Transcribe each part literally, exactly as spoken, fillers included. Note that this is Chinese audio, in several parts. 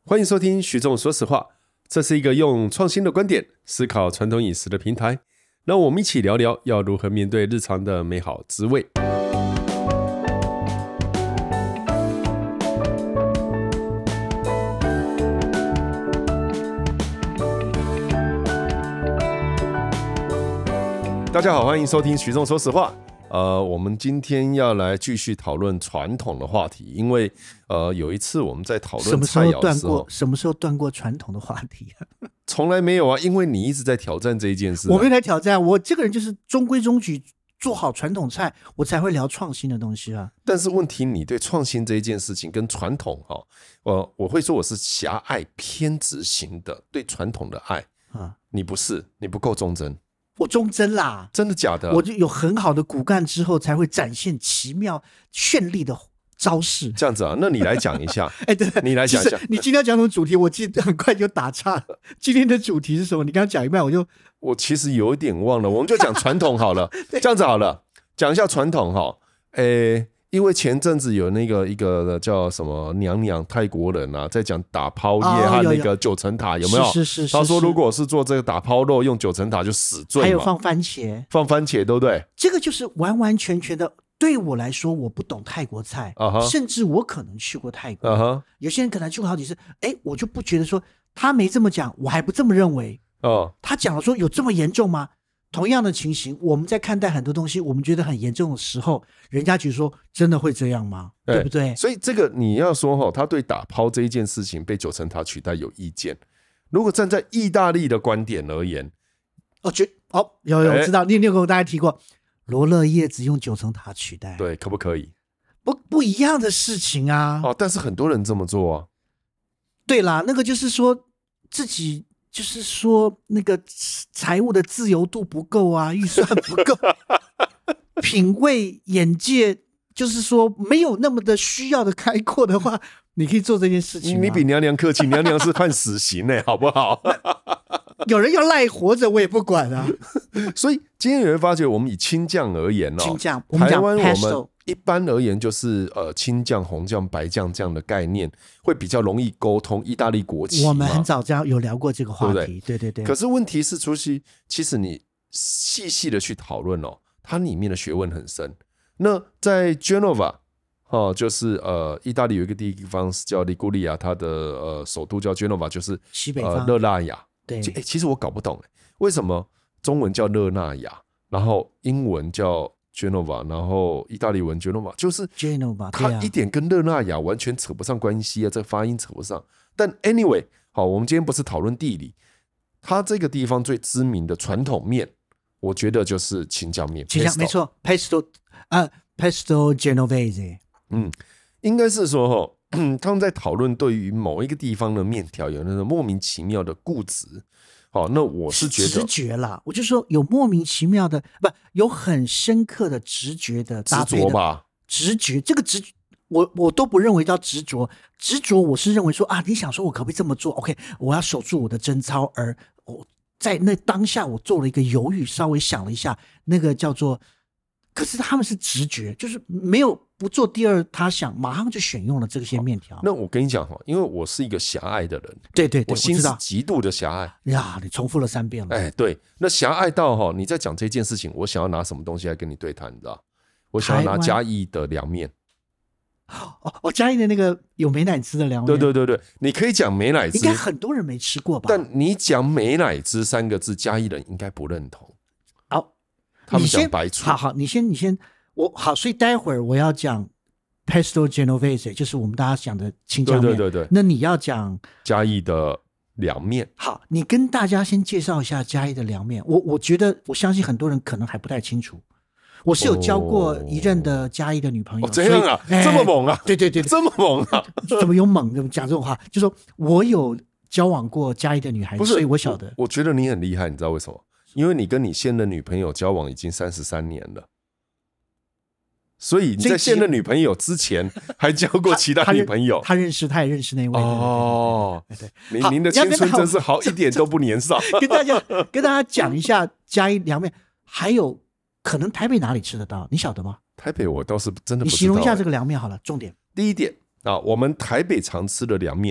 欢迎收听徐仲说实话，这是一个用创新的观点思考传统饮食的平台，让我们一起聊聊要如何面对日常的美好滋味。大家好，欢迎收听徐仲说实话。呃，我们今天要来继续讨论传统的话题，因为呃，有一次我们在讨论菜肴的时候， 什么时候断过传统的话题啊？ 从来没有啊，因为你一直在挑战这一件事、啊。 我没有在挑战，我这个人就是中规中矩，做好传统菜，我才会聊创新的东西啊。 但是问题，你对创新这一件事情跟传统哈、哦，呃，我会说我是狭隘偏执型的对传统的爱啊，你不是，你不够忠贞。 我忠贞啦， 真的假的？ 我就有很好的骨干之后，才会展现奇妙绚丽的招式。 这样子啊，那你来讲一下。 哎，对， 你来讲一下。 你今天要讲什么主题？我记得很快就打岔了。今天的主题是什么？你刚刚讲一半，我就我其实有一点忘了，我们就讲传统好了。这样子好了，讲一下传统哈。诶。因为前阵子有那个一个叫什么娘娘泰国人啊，在讲打抛叶和那个九层塔，有没有？ 是是是。 他说如果是做这个打抛肉用九层塔就死罪嘛。 还有放番茄， 放番茄，对不对？ 这个就是完完全全的。对我来说，我不懂泰国菜， uh-huh. 甚至我可能去过泰国。Uh-huh. 有些人可能去过好几次，哎，我就不觉得说他没这么讲，我还不这么认为。Uh-huh. 他讲了说有这么严重吗？同样的情形，我们在看待很多东西，我们觉得很严重的时候，人家觉得说真的会这样吗？对不对？ 所以这个你要说哈，他对打抛这一件事情被九层塔取代有意见。如果站在意大利的观点而言， 哦，觉哦有有我知道，你你有跟大家提过，罗勒叶子用九层塔取代， 对，可不可以？ 不不一样的事情啊。 哦，但是很多人这么做啊。 对啦，那个就是说自己。就是说那个财务的自由度不够啊，预算不够，品味眼界就是说没有那么的需要的开阔的话，你可以做这件事情。 你比娘娘客气，娘娘是判死刑呢、欸，好不好？ 有人要赖活着，我也不管啊。 所以今天你会发觉，我们以青酱而言哦， 青酱， 台湾我们一般而言就是呃青酱、红酱、白酱这样的概念会比较容易沟通。意大利国旗， 我们很早这样有聊过这个话题，对对 对, 对, 对。 可是问题是，出席其实你细细的去讨论哦，它里面的学问很深。那在 Genova 哦，就是呃意大利有一个地方是叫利古里亚，它的呃首都叫 Genova， 就是西北方呃热那亚。 对， 欸，其实我搞不懂为什么中文叫热那亚，然后英文叫 Genova， 然后意大利文 Genova， 就是 Genova， 它一点跟热那亚完全扯不上关系啊，这个发音扯不上。但 anyway， 好，我们今天不是讨论地理，它这个地方最知名的传统面，我觉得就是青酱面。 青酱没错 ，pesto 啊 ，pesto genovese， 嗯，应该是说哈。他们在讨论对于某一个地方的面条有那种莫名其妙的固执，好，那我是觉得直觉啦，我就说有莫名其妙的，不有很深刻的直觉的搭配的执着吧？ 直觉，这个直我我都不认为叫执着，执着我是认为说啊，你想说我可不可以这么做 ？OK， 我要守住我的贞操，而我在那当下我做了一个犹豫，稍微想了一下，那个叫做，可是他们是直觉，就是没有。不做第二他想，马上就选用了这些面条。 那我跟你讲，因为我是一个狭隘的人， 对对对， 我心是极度的狭隘呀。你重复了三遍了， 哎，对，那狭隘到你在讲这件事情，我想要拿什么东西来跟你对谈，你知道？我想要拿嘉义的凉面。 哦，哦，嘉义的那个有美乃滋的凉面， 对对对对，你可以讲美乃滋， 应该很多人没吃过吧？ 但你讲美乃滋三个字，嘉义人应该不认同。 好， 他们讲白醋。 好好，你先，你先。我好，所以待会儿我要讲 pesto genovese， 就是我们大家讲的青酱面。 对对对对。 那你要讲嘉义的凉面。 好，你跟大家先介绍一下嘉义的凉面。我我觉得，我相信很多人可能还不太清楚。我是有交过一任的嘉义的女朋友。 哦，这样啊，这么猛啊？ 对对对， 这么猛啊？ 怎么有猛？讲这种话，就说我有交往过嘉义的女孩子，所以我晓得我。我觉得你很厉害，你知道为什么？因为你跟你现任女朋友交往已经三十三年了。所以你在现任女朋友之前还交过其他女朋友？ 他认识，他也认识那位。 哦， 对对对，您您的青春真是好一点都不年少。 跟大家跟大家讲一下嘉义凉面，还有可能台北哪里吃得到？你晓得吗？ 台北我倒是真的不知道。 你形容一下这个凉面好了，重点。 第一点啊，我们台北常吃的凉面，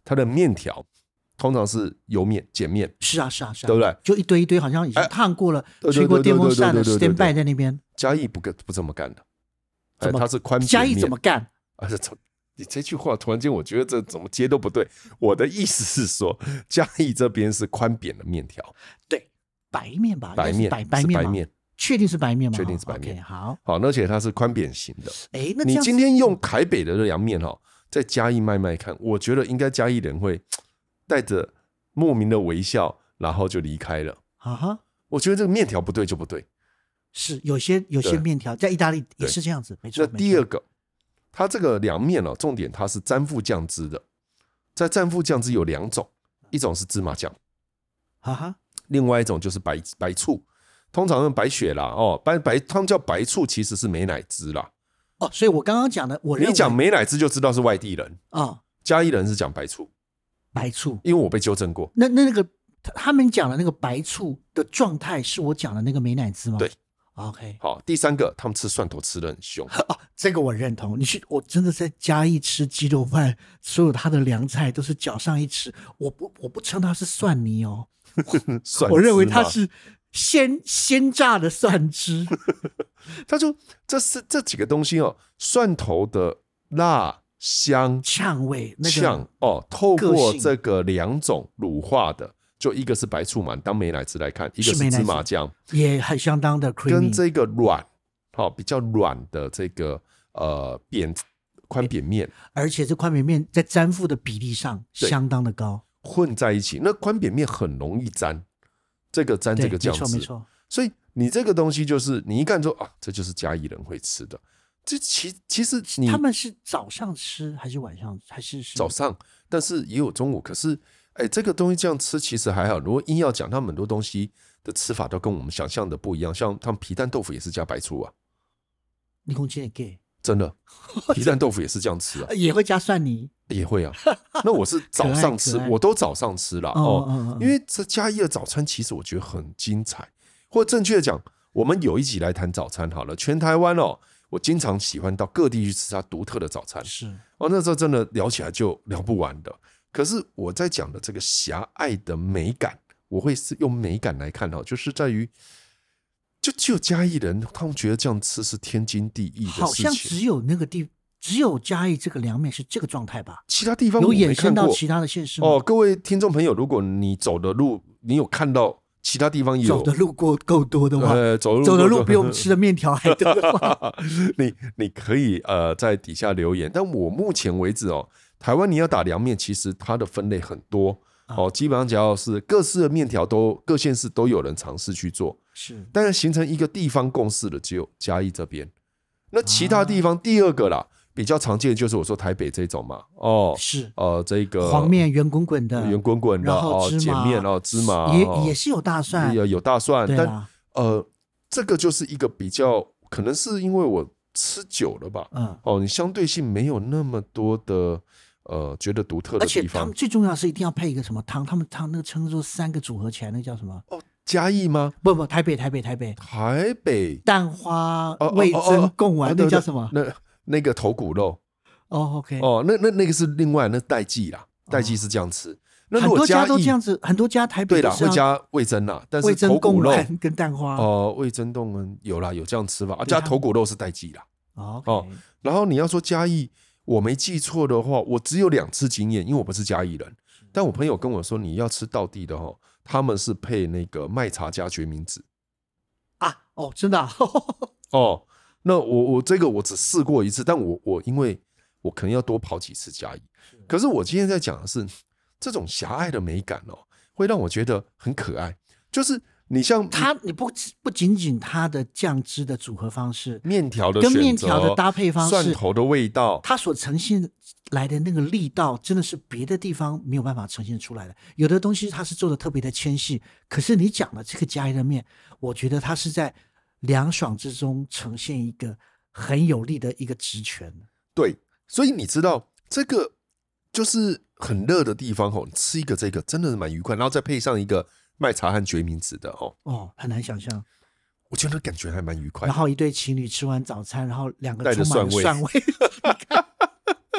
它的面条通常是油面碱面， 是啊是啊是啊， 对不对？ 就一堆一堆，好像已经烫过了，吹过电风扇的 stand by 在那边。 嘉义不不这么干的，哎，它是宽扁面。 嘉义怎么干？ 啊，你这句话突然间，我觉得这怎么接都不对。我的意思是说，嘉义这边是宽扁的面条， 对，白面吧， 白面， 白白面，白面，确定是白面吗？ 确定是白面。 Okay, 好， 好，而且它是宽扁型的。 哎，那你今天用台北的凉面哈，在嘉义卖卖看，我觉得应该嘉义人会带着莫名的微笑，然后就离开了。 啊哈， 我觉得这个面条不对就不对。 是有些有些面条在意大利也是这样子，没错。 那第二个。它这个凉面哦，重点它是沾附酱汁的，在沾附酱汁有两种，一种是芝麻酱， 哈哈， 另外一种就是白白醋，通常用白雪啦，哦，白白他们叫白醋，其实是美乃滋啦， 哦，所以我刚刚讲的，我认为你讲美乃滋就知道是外地人啊、哦， 嘉义人是讲白醋， 白醋， 因为我被纠正过， 那那那个他们讲的那个白醋的状态是我讲的那个美乃滋吗？ 对。 OK， 好，第三个，他们吃蒜头吃得很凶啊，这个我认同。你去，我真的在嘉义吃鸡肉饭，所有他的凉菜都是搅上一匙，我不我不称它是蒜泥哦，我认为它是鲜鲜榨的蒜汁。 他说这是这几个东西哦，蒜头的辣香呛味，那个呛哦，透过这个两种乳化的。就一个是白醋嘛，当美乃滋来看，一个是芝麻酱， 也很相当的 creamy， 跟这个软，好、哦、比较软的这个呃扁宽扁面， 而且这宽扁面在沾附的比例上相当的高， 混在一起，那宽扁面很容易沾，这个沾这个酱汁， 没错没错。 所以你这个东西就是你一看说啊，这就是嘉义人会吃的。这其其实你他们是早上吃还是晚上还是早上，但是也有中午，可是。哎，这个东西这样吃其实还好。如果硬要讲，他们很多东西的吃法都跟我们想象的不一样。像他们皮蛋豆腐也是加白醋啊。 你讲这个真的，皮蛋豆腐也是这样吃啊， 也会加蒜泥， 也会啊。那我是早上吃，我都早上吃啦。哦，嗯嗯因为这嘉义的早餐其实我觉得很精彩。或正确的讲，我们有一集来谈早餐好了。全台湾哦，我经常喜欢到各地去吃它独特的早餐。 是哦，那时候真的聊起来就聊不完的。可是我在讲的这个狭隘的美感，我会是用美感来看，就是在于，就只有嘉义人，他们觉得这样吃是天经地义的事情。 好像只有那个地，只有嘉义这个凉面是这个状态吧？ 其他地方我没看过， 有衍生到其他的县市吗？ 哦，各位听众朋友，如果你走的路，你有看到其他地方有走的路过够多的话， 呃、走, 走的路比我们吃的面条还多的话， 你你可以呃在底下留言。但我目前为止哦。台湾你要打凉面，其实它的分类很多、哦、基本上只要是各式的面条都各县市都有人尝试去做， 是， 但是形成一个地方共识的只有嘉义这边。那其他地方、啊、第二个啦，比较常见的就是我说台北这种嘛，哦， 是呃这个黄面圆滚滚的， 圆滚滚的， 然后芝麻、哦、碱面哦，芝麻也、 哦、 也是有大蒜， 有有大蒜，但呃这个就是一个比较，可能是因为我吃久了吧，嗯，哦，你相对性没有那么多的。呃，觉得独特的地方， 而且他们最重要的是一定要配一个什么汤，他们汤那个称作三个组合起来，那个叫什么？ 哦，嘉义吗？ 不不，台北台北台北台北蛋花味噌贡丸，那叫什么？ 那那个头骨肉。 哦 ，OK， 哦，那那那个是另外那代记啦，代记是这样吃。那很多家都这样子，很多家台北对啦，会加味噌啦，但是头骨肉跟蛋花哦，味噌贡丸有啦，有这样吃法，加头骨肉是代记啦。 哦， 然后你要说嘉义。我没记错的话，我只有两次经验，因为我不是嘉义人，但我朋友跟我说，你要吃道地的齁，他们是配那个麦茶加决明子啊，哦，真的、啊， 哦，那我我这个我只试过一次，但我我因为我可能要多跑几次嘉义，可是我今天在讲的是这种狭隘的美感哦，会让我觉得很可爱，就是你像它，你不不仅仅它的酱汁的组合方式， 面条的跟面条的搭配方式， 蒜头的味道， 它所呈现来的那个力道，真的是别的地方没有办法呈现出来的。有的东西它是做的特别的纤细，可是你讲的这个嘉义的面，我觉得它是在凉爽之中呈现一个很有力的一个职权。 对，所以你知道这个就是很热的地方吼，吃一个这个真的是蛮愉快，然后再配上一个。麦茶和决明子的哦， 哦，很难想象， 我觉得感觉还蛮愉快。 然后一对情侣吃完早餐，然后两个带着蒜味， 蒜味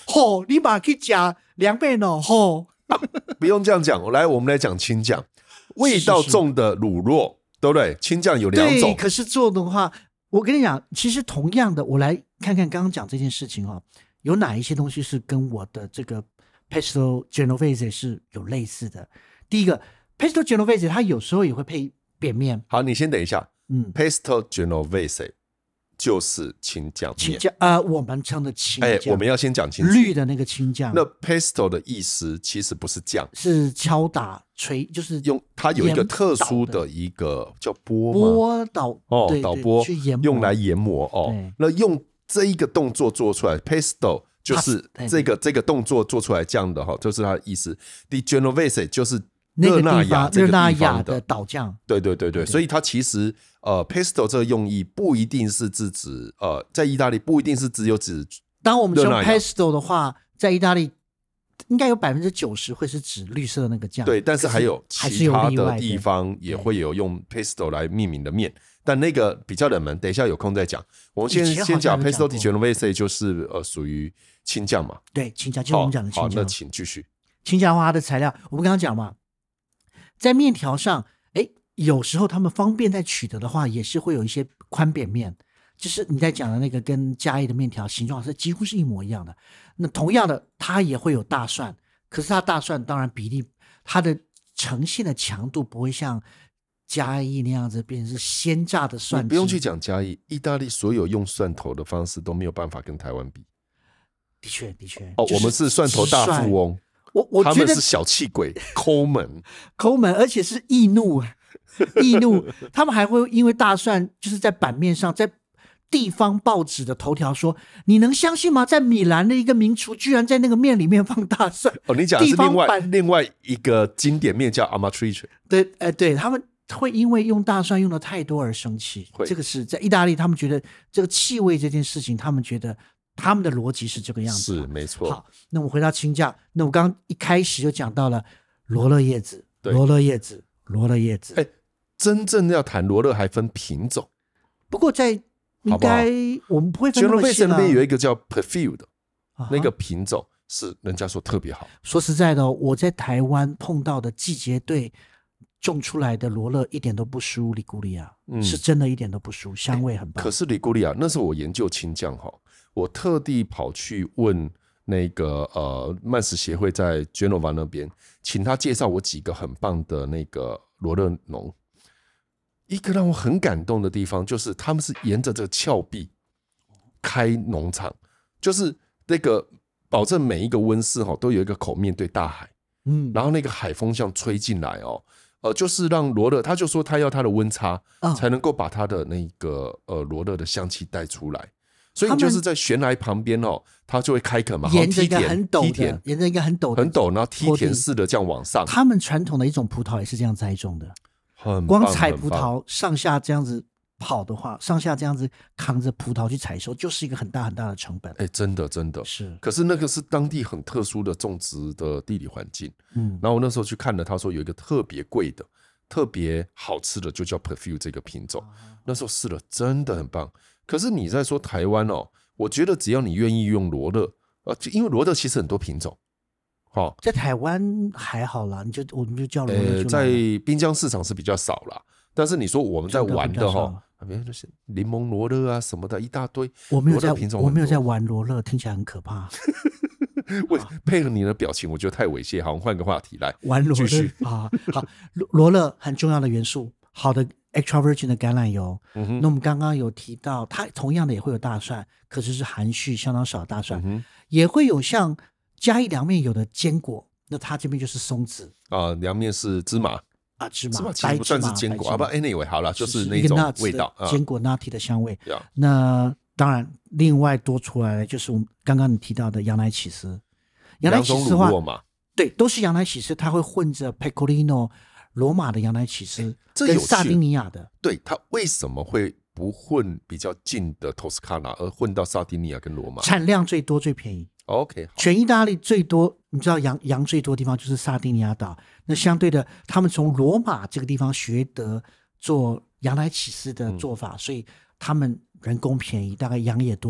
吼，你把去加凉面哦，吼、 啊，不用这样讲，来，我们来讲青酱，味道重的乳酪，对不对？青酱有两种， 对，可是做的话，我跟你讲，其实同样的，我来看看刚刚讲这件事情哦，有哪一些东西是跟我的这个 pesto genovese 是有类似的。第一个 pesto genovese 它有时候也会配扁面。 好，你先等一下， 嗯 pesto genovese 就是青酱面， 青酱啊、呃，我们称的青酱， 哎，我们要先讲清楚绿的那个青酱。 那 pesto 的意思其实不是酱， 是敲打锤，就是用它有一个特殊的一个叫钵钵导哦， 对导钵去研磨用来研磨哦。那用这一个动作做出来 ，pesto 就是这个这个动作做出来这样的哈，就是它的意思。The Genovese 就是热那亚这个地方的导酱， 对对对对，所以它其实呃 pesto 这个用意不一定是指指呃在意大利不一定是只有指， 当我们说 pesto 的话，在意大利应该有百分之九十会是指绿色的那个酱， 对，但是还有其他的地方也会有用 pesto 来命名的面，但那个比较冷门，等一下有空再讲。我们先先讲 pesto di genovese 就是呃属于青酱嘛， 对，青酱就是我们讲的青酱。 好，那请继续。 青酱的话，它的材料我们刚刚讲嘛，在面条上，哎，有时候他们方便在取得的话，也是会有一些宽扁面。就是你在讲的那个跟嘉义的面条形状是几乎是一模一样的。那同样的，它也会有大蒜，可是它大蒜当然比例，它的呈现的强度不会像嘉义那样子变成是鲜榨的蒜汁。 你不用去讲嘉义，意大利所有用蒜头的方式都没有办法跟台湾比。 的确，的确。 哦，就是、我们是蒜头大富翁， 我我觉得他们是小气鬼，抠门， 抠门，而且是易怒，易怒。他们还会因为大蒜就是在版面上，在地方报纸的头条说，你能相信吗？在米兰的一个名厨居然在那个面里面放大蒜。 哦，你讲的是另外另外一个经典面叫 Amatriciana。 对，呃，对，他们会因为用大蒜用的太多而生气。这个是在意大利，他们觉得这个气味这件事情，他们觉得他们的逻辑是这个样子。 是没错。 好，那我们回到青酱，那我刚刚一开始就讲到了罗勒叶子，罗勒叶子，罗勒叶子。 哎，真正要谈罗勒还分品种， 不过在应该我们不会分那么细、啊、 那边有一个叫 Perfil 的、uh-huh. 那个品种是人家说特别好。 说实在的，我在台湾碰到的季节队种出来的罗勒一点都不输里古里亚、嗯、是真的一点都不输，香味很棒。 可是里古里亚那时候我研究青酱，我特地跑去问那个呃曼食协会在 Genova 那边，请他介绍我几个很棒的那个罗勒农。一个让我很感动的地方就是他们是沿着这个峭壁开农场，就是那个保证每一个温室都有一个口面对大海，嗯，然后那个海风像吹进来哦，呃，就是让罗勒，他就说他要他的温差、哦、才能够把他的那个呃罗勒的香气带出来，所以你就是在悬崖旁边哦，他就会开垦嘛， 沿着一个很陡的，沿着一个很陡很陡，然后梯田式的这样往上。 他们传统的一种葡萄也是这样栽种的。光采葡萄上下这样子跑的话，上下这样子扛着葡萄去采收，就是一个很大很大的成本。 哎、欸，真的真的是。 可是那个是当地很特殊的种植的地理环境。嗯，然后我那时候去看了，他说有一个特别贵的、特别好吃的，就叫 Perfil 这个品种。那时候试了，真的很棒。可是你在说台湾哦，我觉得只要你愿意用罗勒，呃，因为罗勒其实很多品种。哦、 在台湾还好啦，你就我们就叫罗勒、呃。 在滨江市场是比较少啦，但是你说我们在玩的哈，比如就是柠檬罗勒啊什么的，一大堆。 我没有在，我没有在玩罗勒，听起来很可怕。 我配合你的表情，我觉得太猥亵。好，我们换个话题来玩罗勒啊。好，罗勒很重要的元素，好的 extra virgin 的橄榄油。嗯、那我们刚刚有提到，它同样的也会有大蒜，可是是含蓄相当少的大蒜，嗯、也会有像。嘉义凉面有的坚果，那它这边就是松子啊，凉面是芝麻啊，芝麻， 芝麻其实不算是坚果啊，不 ，anyway 好了，就是那种味道， 坚果 nutty 的香味。啊、那当然，另外多出来的就是我们刚刚你提到的羊奶起司，羊奶起司的话，对，都是羊奶起司，它会混着 pecorino 罗马的羊奶起司跟萨丁尼亚的。 对，它为什么会不混比较近的托斯卡纳，而混到萨丁尼亚跟罗马？ 产量最多，最便宜。 OK， 全意大利最多，你知道羊羊最多的地方就是萨丁尼亚岛。那相对的，他们从罗马这个地方学得做羊奶起司的做法，嗯、所以他们人工便宜，大概羊也多，所以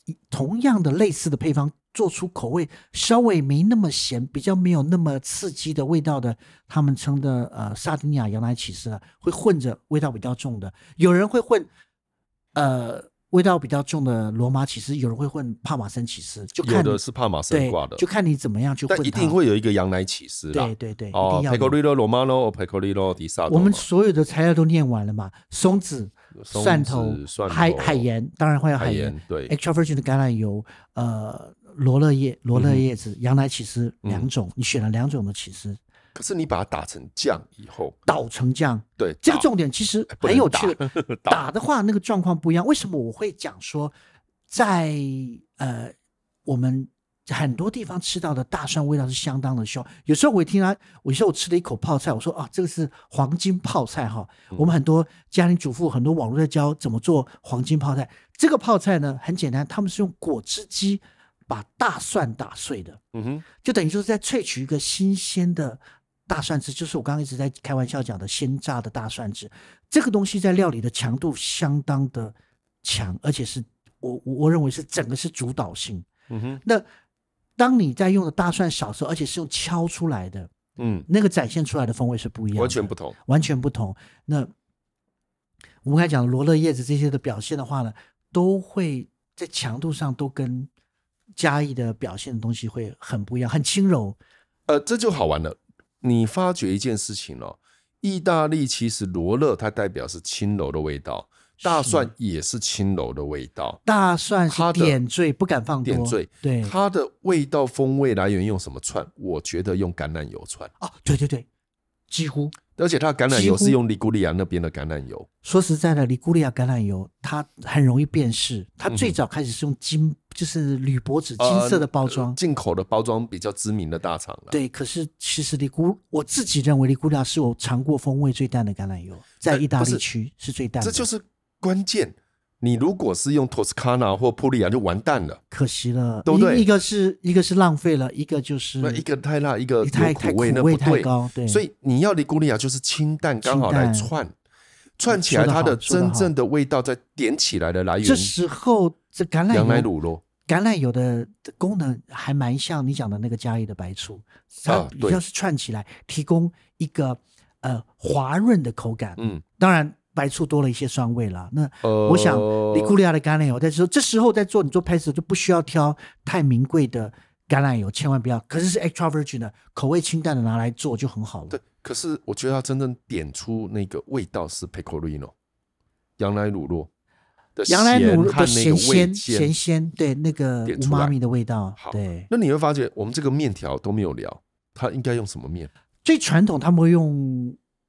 同样的类似的配方做出口味稍微没那么咸，比较没有那么刺激的味道的，他们称的呃萨丁尼亚羊奶起司会混着味道比较重的，有人会混呃味道比较重的罗马起司，有人会混帕玛森起司，就看有的是帕玛森挂的， 就看你怎么样去混它， 但一定会有一个羊奶起司啦。 对对对， 哦一定要有。 Pecorino Romano 或 Pecorino di Stato。 我们所有的材料都念完了嘛，松子、 松子蒜头、 蒜头海海盐，当然会有海盐， 海盐对 extra virgin 的橄榄油，呃，罗勒叶、罗勒叶子、嗯、羊奶起司两种，嗯、你选了两种的起司。 可是你把它打成酱以后， 捣成酱， 对， 这个重点其实很有趣。打, 打的话，那个状况不一样。为什么我会讲说，在呃我们很多地方吃到的大蒜味道是相当的凶？有时候我会听他，有时候我吃了一口泡菜，我说啊，这个是黄金泡菜哈。嗯、我们很多家庭主妇，很多网络在教怎么做黄金泡菜。这个泡菜呢很简单，他们是用果汁机把大蒜打碎的，嗯哼，就等于说是在萃取一个新鲜的大蒜汁，就是我刚刚一直在开玩笑讲的鲜榨的大蒜汁。这个东西在料理的强度相当的强，而且是我我认为是整个是主导性。嗯哼，那当你在用的大蒜少时候，而且是用敲出来的，嗯，那个展现出来的风味是不一样的， 完全不同， 完全不同。那我们刚才讲罗勒叶子这些的表现的话呢，都会在强度上都跟嘉义的表现的东西会很不一样，很轻柔。 呃，这就好玩了。你发觉一件事情哦，意大利其实罗勒它代表是轻柔的味道，大蒜也是轻柔的味道。 大蒜是点缀，不敢放多。 点缀， 对， 它的味道风味来源用什么串？我觉得用橄榄油串。 哦，对对对，几乎。 而且它的橄榄油是用利古利亚那边的橄榄油。 说实在的，利古利亚橄榄油它很容易辨识。它最早开始是用金，嗯、就是铝箔纸金色的包装， 进、呃、口的包装比较知名的大厂。 对，可是其实利古，我自己认为利古利亚是我尝过风味最淡的橄榄油，在意大利区是最淡的。 这就是关键。你如果是用托斯卡纳或普利亚就完蛋了， 可惜了， 对不对？ 一个是一个是浪费了，一个就是一个太辣，一个太苦味， 太苦味太高， 对。所以你要利古利亚就是清淡，刚好来串串起来，它的真正的味道再点起来的来源。 这时候这橄榄油、 羊奶乳酪、 橄榄油的功能还蛮像你讲的那个嘉义的白醋，它比较是串起来，啊、提供一个呃滑润的口感。嗯，当然。白醋多了一些酸味啦，那我想利古利亚的橄榄油在这这时候在做你做 pesto 就不需要挑太名贵的橄榄油，千万不要。可是是 extra virgin 的口味清淡的拿来做就很好了。 对，可是我觉得它真正点出那个味道是 pecorino 羊奶乳酪的羊奶乳酪的咸鲜咸鲜，对那个无妈咪的味道。对， 那你会发觉我们这个面条都没有聊，它应该用什么面？ 最传统他们会用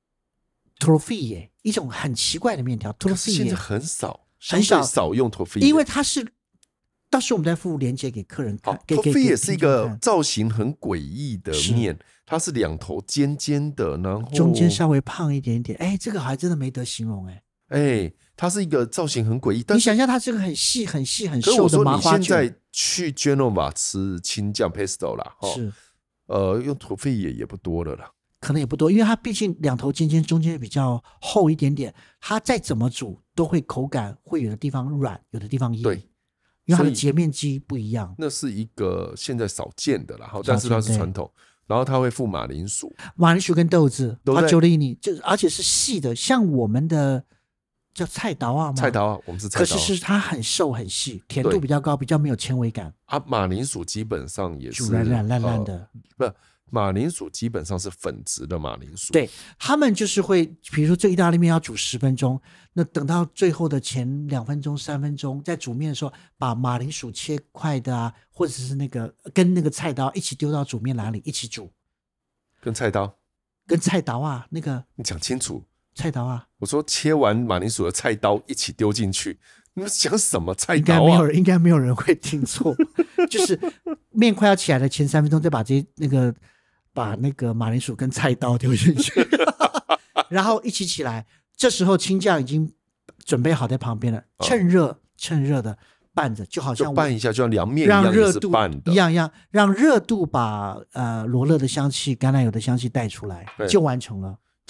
tortilla， 一种很奇怪的面条。 可是现在很少， 很少少用 tortilla， 因为它是，到时候我们再附链接给客人看。 tortilla 是一个造型很诡异的面，它是两头尖尖的，然后中间稍微胖一点点。哎，这个还真的没得形容哎。 哎，它是一个造型很诡异，但你想象它是个很细、很细、很瘦的麻花卷。 可是我说你现在去 Genova 吃青酱 pesto 啦， 是， 呃，用 tortilla 也不多了啦。 可能也不多，因为它毕竟两头尖尖，中间比较厚一点点，它再怎么煮都会口感会有的地方软，有的地方硬。 对， 因为它的截面积不一样。 那是一个现在少见的啦，但是它是传统。然后它会附马铃薯， 马铃薯跟豆子，它九厘米，就而且是细的，像我们的叫菜刀啊嘛。 菜刀啊，我们是菜刀。 可是是它很瘦很细，甜度比较高，比较没有纤维感。 啊，马铃薯基本上也是煮烂烂烂烂的， 呃、不。马铃薯基本上是粉质的马铃薯， 对，他们就是会，比如说这意大利面要煮十分钟，那等到最后的前两分钟、三分钟，在煮面的时候，把马铃薯切块的啊，或者是那个跟那个菜刀一起丢到煮面篮里一起煮， 跟菜刀， 跟菜刀啊，那个你讲清楚， 菜刀啊， 我说切完马铃薯的菜刀一起丢进去。你们讲什么菜刀啊？ 应该没有人，应该没有人会听错。就是面快要起来的前三分钟，再把这那个把那个马铃薯跟菜刀丢进去，然后一起起来。这时候青酱已经准备好在旁边了，趁热、哦、趁热的拌着，就好像就拌一下，就像凉面一样， 让热度拌的一样一样，让热度把呃罗勒的香气、橄榄油的香气带出来，就完成了。 其实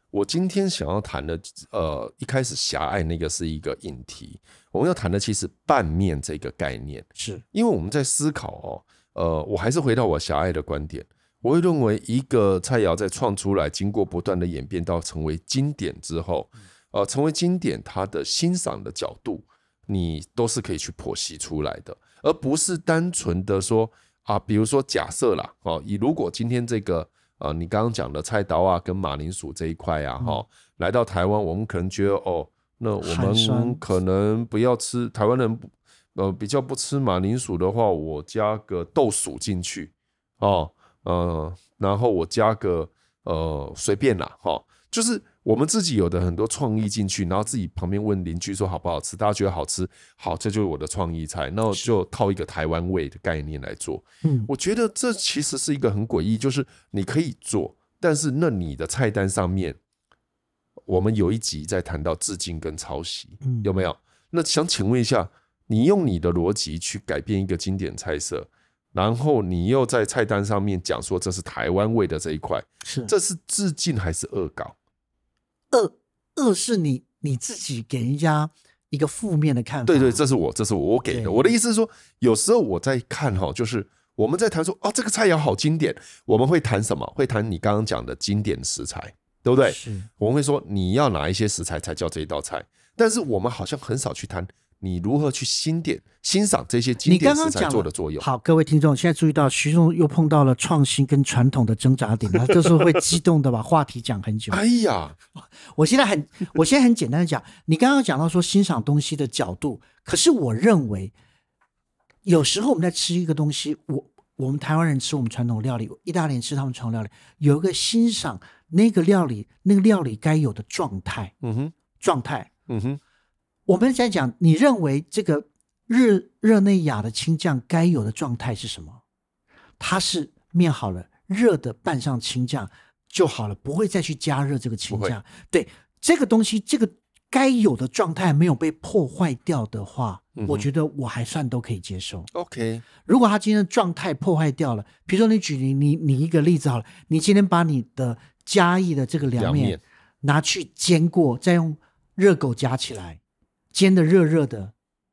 我今天想要谈的，呃，一开始狭隘那个是一个引题，我们要谈的其实拌面这个概念， 是因为我们在思考哦，呃，我还是回到我狭隘的观点，我会认为一个菜肴在创出来，经过不断的演变到成为经典之后，呃，成为经典，它的欣赏的角度，你都是可以去剖析出来的，而不是单纯的说啊，比如说假设啦，哦，以如果今天这个。呃，你刚刚讲的菜刀啊，跟马铃薯这一块啊，哈、嗯，来到台湾，我们可能觉得哦，那我们可能不要吃台湾人，呃，比较不吃马铃薯的话，我加个豆薯进去，哦，呃，然后我加个呃随便啦，哈、哦，就是我们自己有的很多创意进去，然后自己旁边问邻居说好不好吃，大家觉得好吃，好，这就是我的创意菜，那我就套一个台湾味的概念来做。嗯，我觉得这其实是一个很诡异，就是你可以做，但是那你的菜单上面，我们有一集在谈到致敬跟抄袭，嗯、有没有？那想请问一下，你用你的逻辑去改变一个经典菜色，然后你又在菜单上面讲说这是台湾味的这一块， 是这是致敬还是恶搞？ 恶恶是你你自己给人家一个负面的看法。 对对，这是我这是我我给的。我的意思是说，有时候我在看哈，就是我们在谈说哦，这个菜肴好经典，我们会谈什么？会谈你刚刚讲的经典食材，对不对？ 是， 我们会说你要哪一些食材才叫这一道菜，但是我们好像很少去谈你如何去欣点欣赏这些经典食材做的作用。 好，各位听众，现在注意到徐仲又碰到了创新跟传统的挣扎点，他这时候会激动的把话题讲很久。 哎呀， 我现在很，我现在很简单的讲，你刚刚讲到说欣赏东西的角度，可是我认为有时候我们在吃一个东西，我我们台湾人吃我们传统料理，意大利人吃他们传统料理，有一个欣赏那个料理那个料理该有的状态，嗯哼，状态，嗯哼。我们在讲，你认为这个日热内亚的青酱该有的状态是什么？它是面好了，热的拌上青酱就好了，不会再去加热这个青酱。对，这个东西，这个该有的状态没有被破坏掉的话，嗯、我觉得我还算都可以接受。 OK， 如果他今天的状态破坏掉了，比如说你举你你你一个例子好了，你今天把你的嘉义的这个凉面拿去煎过，再用热狗夹起来。煎的热热的，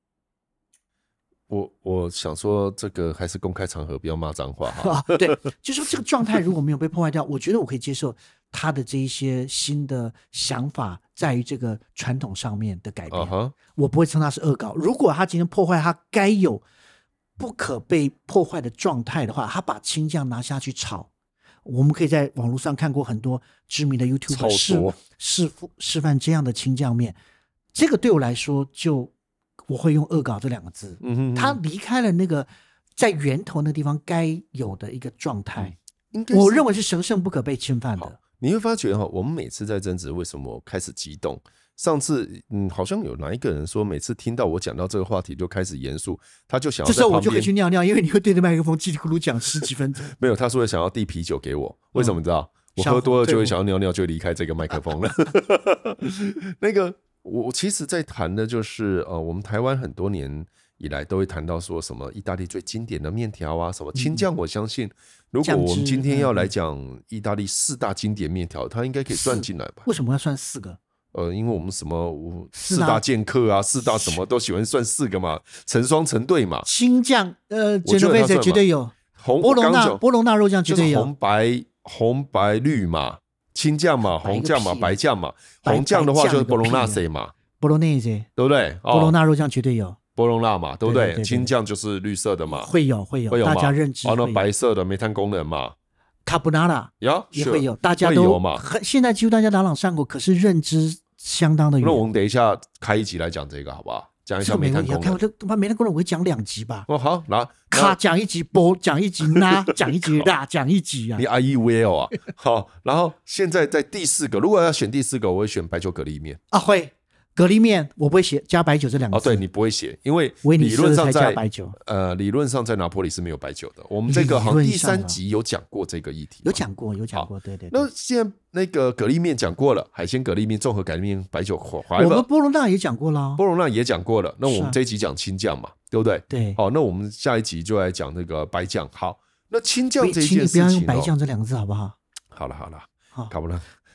我我想说这个还是公开场合不要骂脏话哈、 啊。对，就是说这个状态如果没有被破坏掉，我觉得我可以接受他的这一些新的想法在于这个传统上面的改变， uh-huh. 我不会称他是恶搞。如果他今天破坏他该有不可被破坏的状态的话，他把青酱拿下去炒，我们可以在网络上看过很多知名的 YouTuber 示示示范这样的青酱面。这个对我来说就我会用恶搞这两个字，嗯哼哼，他离开了那个在源头那地方该有的一个状态，嗯、我认为是神圣不可被侵犯的。 你会发觉我们每次在争执为什么开始激动，上次嗯，好像有哪一个人说每次听到我讲到这个话题就开始严肃，他就想要在旁边， 这时候我就可以去尿尿，因为你会对着麦克风叽里咕噜讲十几分钟。 没有，他说想要递啤酒给我，为什么你知道、嗯、我喝多了就会想要尿尿，就离开这个麦克风了。那个我其实在谈的就是呃，我们台湾很多年以来都会谈到说什么意大利最经典的面条啊，什么青酱，我相信如果我们今天要来讲意大利四大经典面条，它应该可以算进来吧？ 为什么要算四个？ 呃，因为我们什么四大剑客啊，四大什么都喜欢算四个嘛，成双成对嘛。 青酱呃 Genovese 绝对有， 红波隆纳波隆纳肉酱绝对有， 就是红白红白绿嘛。青酱嘛，红酱嘛，白酱嘛。红酱的话就是波隆纳塞嘛， 波隆内塞， 对不对？ 波隆纳肉酱绝对有， 波隆纳嘛，对不对？对对对对，青酱就是绿色的嘛， 会有会有，会有大家认知。 然后白色的煤炭工人嘛， 卡布纳拉也会有，大家都有嘛。 现在几乎大家朗朗上口，可是认知相当的远。 那我们等一下开一集来讲这个好不好？讲一下煤炭工人， 这煤炭工人我会讲两集吧。 哦，好，那卡讲一集，波讲一集，拉讲一集，拉讲一集啊。 你 I E V L 啊，好，然后现在在第四个，如果要选第四个，我会选白酒蛤蜊面啊，会蛤蜊面我不会写加白酒这两个字。 哦，对你不会写，因为理论上在呃理论上在拿坡里是没有白酒的。我们这个好像第三集有讲过这个议题， 有讲过，有讲过，对对对。 那现在那个蛤蜊面讲过了，海鲜蛤蜊面、综合蛤蜊面、白酒， 我们波隆纳也讲过了， 波隆纳也讲过了。那我们这一集讲青酱嘛，对不对？ 对。 好，那我们下一集就来讲那个白酱。好，那青酱这件事情， 请你不要用白酱这两个字好不好？ 好了好了，搞不了。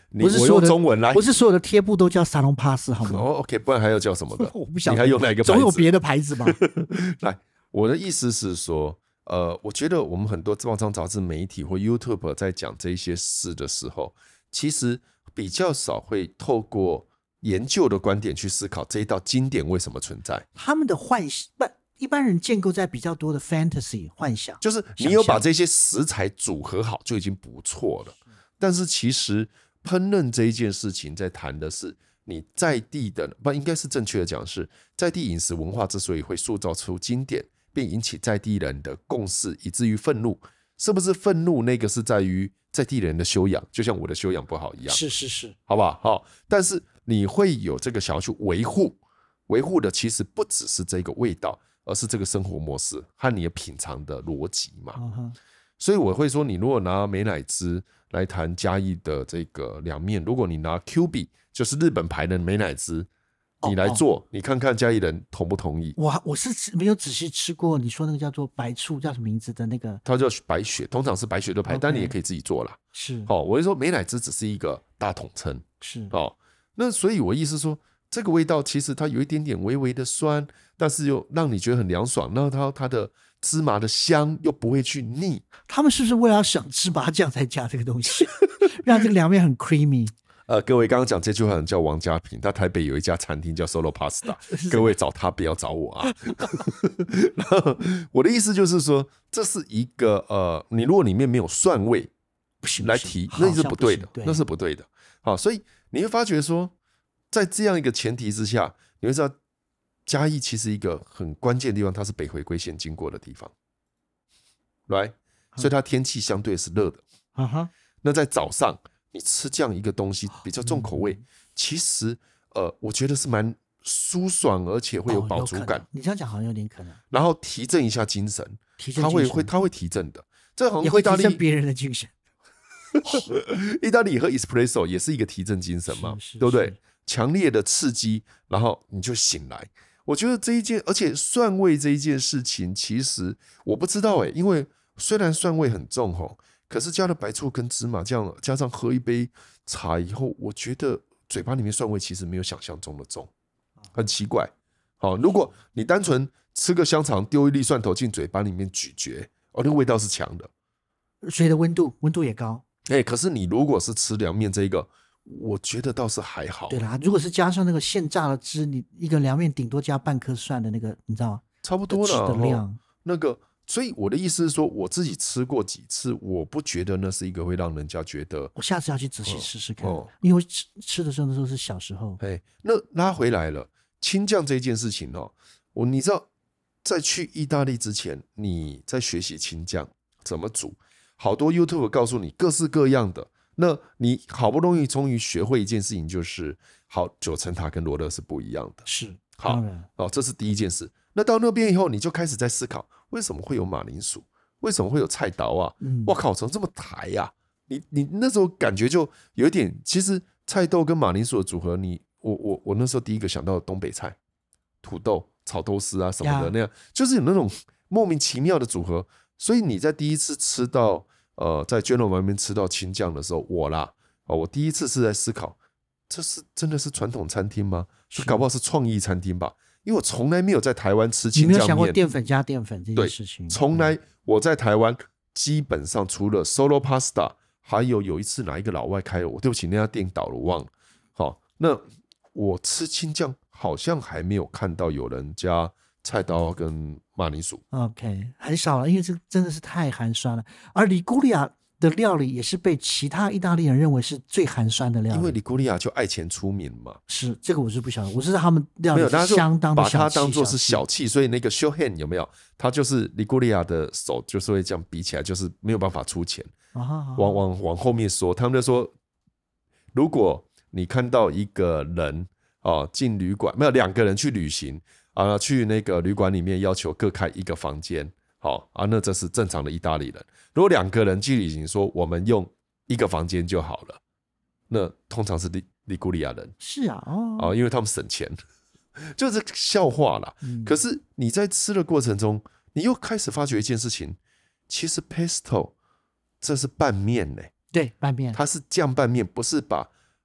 你我用中文来， 不是所有的贴布都叫沙龙 pass 好吗？ 哦 ，OK， 不然还要叫什么的？ 我不晓得， 你还用哪个牌子？ 总有别的牌子吧？ 来，我的意思是说，呃，我觉得我们很多报章杂志媒体或 YouTube 在讲这些事的时候，其实比较少会透过研究的观点去思考这一道经典为什么存在。 他们的幻不，一般人建构在比较多的 fantasy 幻想， 就是你有把这些食材组合好就已经不错了。但是其实烹饪这一件事情在谈的是你在地的，不应该是正确的讲是在地饮食文化之所以会塑造出经典，并引起在地人的共识，以至于愤怒。是不是愤怒？那个是在于在地人的修养，就像我的修养不好一样。 是是是， 好不好？好，但是你会有这个想要去维护，维护的其实不只是这个味道，而是这个生活模式和你的品尝的逻辑嘛。 Uh-huh. 所以我会说，你如果拿美乃滋来谈嘉义的这个凉面，如果你拿 Q B 就是日本牌的美乃滋，你来做，哦哦你看看嘉义人同不同意？ 我我是没有仔细吃过，你说那个叫做白醋叫什么名字的那个？ 它叫白雪，通常是白雪的牌， okay. 但你也可以自己做啦。 是， 好、哦，我会说美乃滋只是一个大统称。 是， 哦，那所以我意思说，这个味道其实它有一点点微微的酸，但是又让你觉得很凉爽，那它它的芝麻的香又不会去腻。 他们是不是为了要省芝麻酱才加这个东西，让这个凉面很 creamy？ 呃，各位刚刚讲这句话叫王家平，他台北有一家餐厅叫 Solo Pasta， 各位找他不要找我啊。然后我的意思就是说，这是一个呃，你如果里面没有蒜味来提，那是不对的，那是不对的。好，所以你会发觉说，在这样一个前提之下，你会知道嘉义其实一个很关键的地方，它是北回归线经过的地方，来，所以它天气相对是热的。 Uh-huh. 那在早上你吃这样一个东西比较重口味，嗯、其实呃，我觉得是蛮舒爽，而且会有饱足感。 哦、你这样讲好像有点可能。 然后提振一下精神， 提振它会会它会提振的。这好像也会提振别人的精神。 意大利喝 espresso 也是一个提振精神嘛，对不对？强烈的刺激，然后你就醒来。我觉得这一件，而且蒜味这一件事情，其实我不知道哎、欸，因为虽然蒜味很重吼，可是加了白醋跟芝麻酱，加上喝一杯茶以后，我觉得嘴巴里面蒜味其实没有想象中的重，很奇怪。好，如果你单纯吃个香肠，丢一粒蒜头进嘴巴里面咀嚼，哦，那个味道是强的。 水的温度，温度也高。 哎、欸，可是你如果是吃凉面这一个，我觉得倒是还好。 对啦，如果是加上那个现榨的汁，你一个凉面顶多加半颗蒜的那个，你知道吗？ 差不多了的量。 那个，所以我的意思是说，我自己吃过几次，我不觉得那是一个会让人家觉得。 我下次要去仔细试试看，哦、因为吃吃的时候那时候是小时候。 哎，那拉回来了，青酱这件事情哦，我你知道，在去意大利之前，你在学习青酱怎么煮。好多 YouTube 告诉你各式各样的，那你好不容易终于学会一件事情，就是好九层塔跟罗勒是不一样的。 是， 好哦，这是第一件事。那到那边以后，你就开始在思考，为什么会有马铃薯？为什么会有菜刀啊？嗯，哇靠，怎么这么台啊？你你那时候感觉就有一点，其实菜豆跟马铃薯的组合，你我我我那时候第一个想到东北菜，土豆炒豆丝啊什么的那样，就是有那种莫名其妙的组合。所以你在第一次吃到呃，在卷肉那边吃到青酱的时候，我啦，哦，我第一次是在思考，这是真的是传统餐厅吗？就搞不好是创意餐厅吧，因为我从来没有在台湾吃青酱面。 你没有想过淀粉加淀粉这件事情？ 从来我在台湾基本上除了 Solo Pasta， 还有有一次哪一个老外开了，我对不起那家店倒了，我忘了。好，那我吃青酱好像还没有看到有人加菜刀跟马铃薯 ，OK， 很少了，因为这真的是太寒酸了。而里古利亚的料理也是被其他意大利人认为是最寒酸的料理， 因为里古利亚就爱钱出名嘛。 是这个我是不晓得，我知道他们料理是相当的小气， 把它当作是小气，所以那个 show hand 有没有？他就是里古利亚的手，就是会这样比起来，就是没有办法出钱，啊、往往往后面说，他们就说，如果你看到一个人哦进旅馆，没有两个人去旅行。啊，去那个旅馆里面要求各开一个房间，好啊，那这是正常的意大利人。如果两个人去旅行说我们用一个房间就好了，那通常是利利古利亚人。 是啊，哦， 啊，因为他们省钱，就是笑话啦。嗯、可是你在吃的过程中，你又开始发觉一件事情，其实 pesto 这是拌面呢、欸， 对，拌面， 它是酱拌面，不是把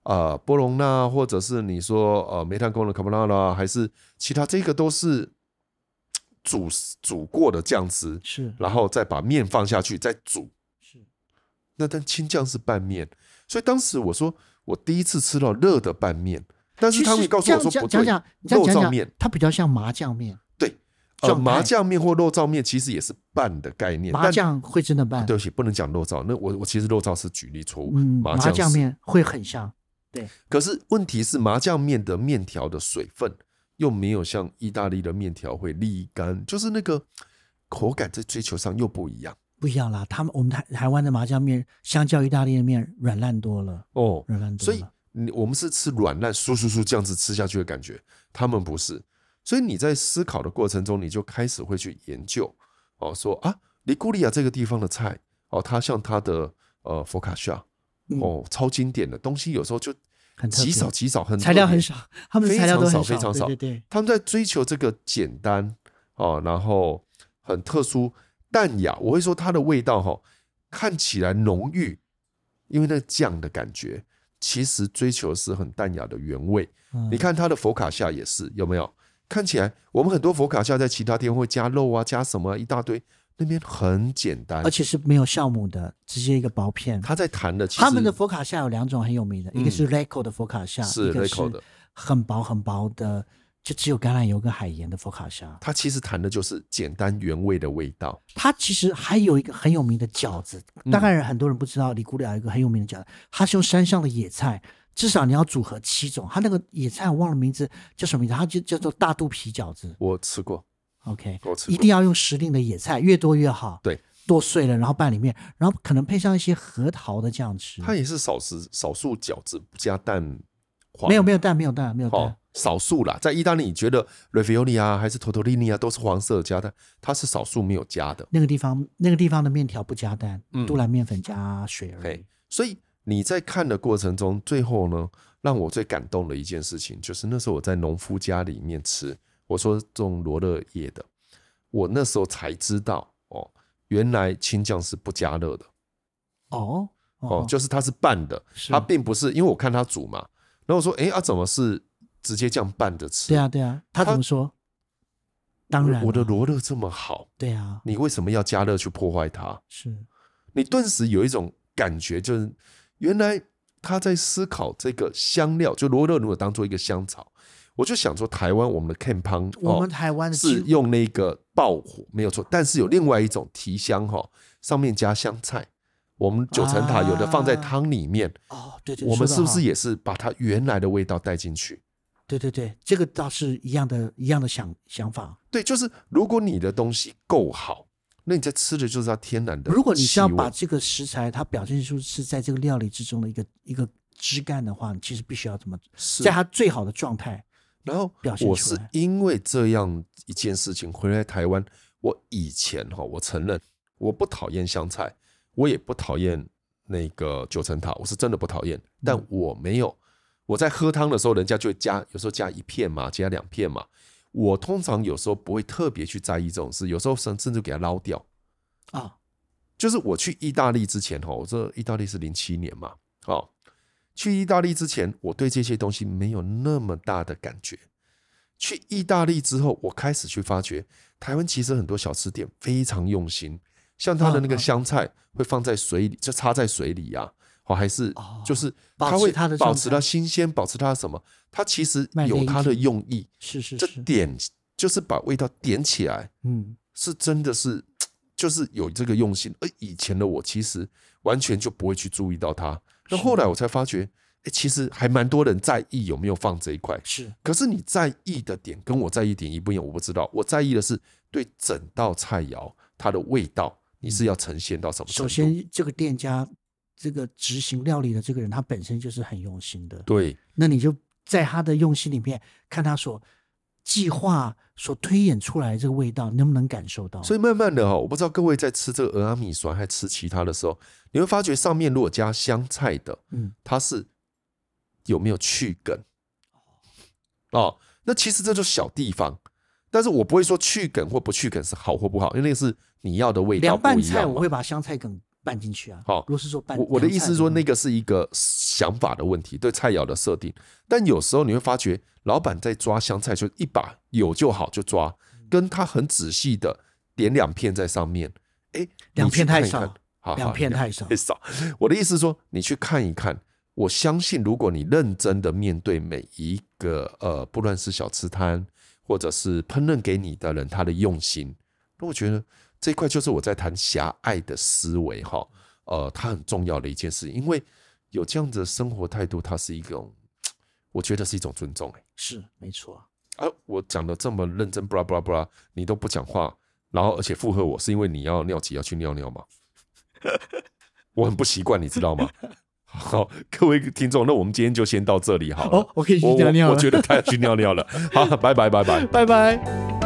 呃波隆纳，或者是你说呃煤炭工的卡布拉拉，还是其他，这个都是煮煮过的酱汁， 是， 然后再把面放下去再煮， 是。 那但青酱是拌面，所以当时我说我第一次吃到热的拌面，但是他们告诉我说不对，肉燥面它比较像麻酱面。 对，呃，麻酱面或肉燥面其实也是拌的概念， 麻酱会真的拌。 啊、对不起，不能讲肉燥，那我我其实肉燥是举例错误， 嗯， 麻酱麻酱面会很像，对。 可是问题是麻酱面的面条的水分又没有像意大利的面条会沥干，就是那个口感在追求上又不一样。 不一样啦，他们我们台台湾的麻酱面相较意大利的面软烂多了哦，软烂多了。 所以我们是吃软烂酥酥酥这样子吃下去的感觉，他们不是。所以你在思考的过程中，你就开始会去研究哦，说啊，利古里亚这个地方的菜哦，它像它的呃佛卡夏哦、嗯，超经典的东西，有时候就极少极少，很材料很少，他们材料都很少， 非常少， 对对对， 他们在追求这个简单哦，然后很特殊淡雅，我会说它的味道哈、哦，看起来浓郁，因为那个酱的感觉，其实追求的是很淡雅的原味。嗯、你看它的佛卡夏也是，有没有？看起来我们很多佛卡夏在其他店会加肉啊，加什么、啊、一大堆，那边很简单， 而且是没有酵母的，直接一个薄片。 他在谈的其实他们的佛卡夏有两种很有名的，嗯、一个是 Lecco 的佛卡夏， 是 Lecco 的， 很薄很薄的，就只有橄榄油跟海盐的佛卡夏。 它其实谈的就是简单原味的味道。 它其实还有一个很有名的饺子，大概很多人不知道，利古里亚有一个很有名的饺子，它是用山上的野菜。至少你要组合七种，它那个野菜我忘了名字叫什么名字，它就叫做大肚皮饺子。 我吃过 ，OK， 我吃过， 一定要用时令的野菜，越多越好。 对， 剁碎了然后拌里面，然后可能配上一些核桃的酱吃。 它也是少数少数饺子不加蛋黄， 没有没有蛋没有蛋没有蛋、哦， 少数啦。在意大利，你觉得 ravioli 啊还是 tortellini 啊都是黄色的加蛋，它是少数没有加的。 那个地方那个地方的面条不加蛋，嗯、杜兰面粉加水而已。 所以你在看的过程中，最后呢，让我最感动的一件事情，就是那时候我在农夫家里面吃，我说种罗勒叶的，我那时候才知道哦，原来青酱是不加热的。 哦哦, 哦，就是它是拌的，它并不是，因为我看它煮嘛，然后我说，哎啊，怎么是直接这样拌着吃？ 对啊，对啊，他怎么说？当然， 我的罗勒这么好， 对啊， 你为什么要加热去破坏它？ 是， 你顿时有一种感觉，就是原来他在思考这个香料，就罗勒如果当做一个香草，我就想说，台湾我们的 Kenpang， 我们台湾的是用那个爆火没有错，但是有另外一种提香哈，上面加香菜。我们九层塔有的放在汤里面， 啊、哦，对对， 我们是不是也是把它原来的味道带进去？ 对对对，这个倒是一样的，一样的想想法。 对，就是如果你的东西够好，那你在吃的就是它天然的。 如果你是要把这个食材它表现出是在这个料理之中的一个一个枝干的话，你其实必须要这么在它最好的状态。 然后我是因为这样一件事情回来台湾，我以前哈，我承认我不讨厌香菜，我也不讨厌那个九层塔，我是真的不讨厌，但我没有。我在喝汤的时候，人家就会加，有时候加一片嘛，加两片嘛。我通常有时候不会特别去在意这种事，有时候甚至给它捞掉啊。就是我去意大利之前，我这意大利是零七年嘛，哦，去意大利之前，我对这些东西没有那么大的感觉。去意大利之后，我开始去发觉，台湾其实很多小吃店非常用心，像它的那个香菜会放在水里，就插在水里啊。哦，还是就是它会保持它新鲜，保持它什么？它其实有它的用意， 是是是，这点就是把味道点起来，嗯，是真的是就是有这个用心。而以前的我其实完全就不会去注意到它，那后来我才发觉，欸，其实还蛮多人在意有没有放这一块， 是。 可是你在意的点跟我在意点一不一样，我不知道。我在意的是对整道菜肴它的味道，你是要呈现到什么程度？ 首先，这个店家。这个执行料理的这个人，他本身就是很用心的。 对， 那你就在他的用心里面，看他所计划、所推演出来的这个味道，能不能感受到？ 所以慢慢的哈，我不知道各位在吃这个俄阿米酸还吃其他的时候，你会发觉上面如果加香菜的，嗯，它是有没有去梗？哦，那其实这就是小地方，但是我不会说去梗或不去梗是好或不好，因为那个是你要的味道不一样嘛。 凉拌菜我会把香菜梗拌进去啊。 好， 如果是说拌， 我我的意思是说，那个是一个想法的问题，对菜肴的设定。但有时候你会发觉，老板在抓香菜就一把有就好就抓，跟他很仔细的点两片在上面，哎， 两片太少， 好好两片太少， 太少。我的意思是说，你去看一看。我相信，如果你认真的面对每一个呃，不论是小吃摊或者是烹饪给你的人，他的用心，那我觉得这一块就是我在谈狭隘的思维哈，呃，它很重要的一件事，因为有这样的生活态度，它是一种，我觉得是一种尊重、欸。 是没错啊，我讲的这么认真，布拉布拉布拉，你都不讲话，然后而且附和我，是因为你要尿急要去尿尿吗？我很不习惯，你知道吗？好，各位听众，那我们今天就先到这里好了。 哦，我可以去尿尿了。 我, 我觉得他要去尿尿了。好，拜拜，拜拜， 拜拜。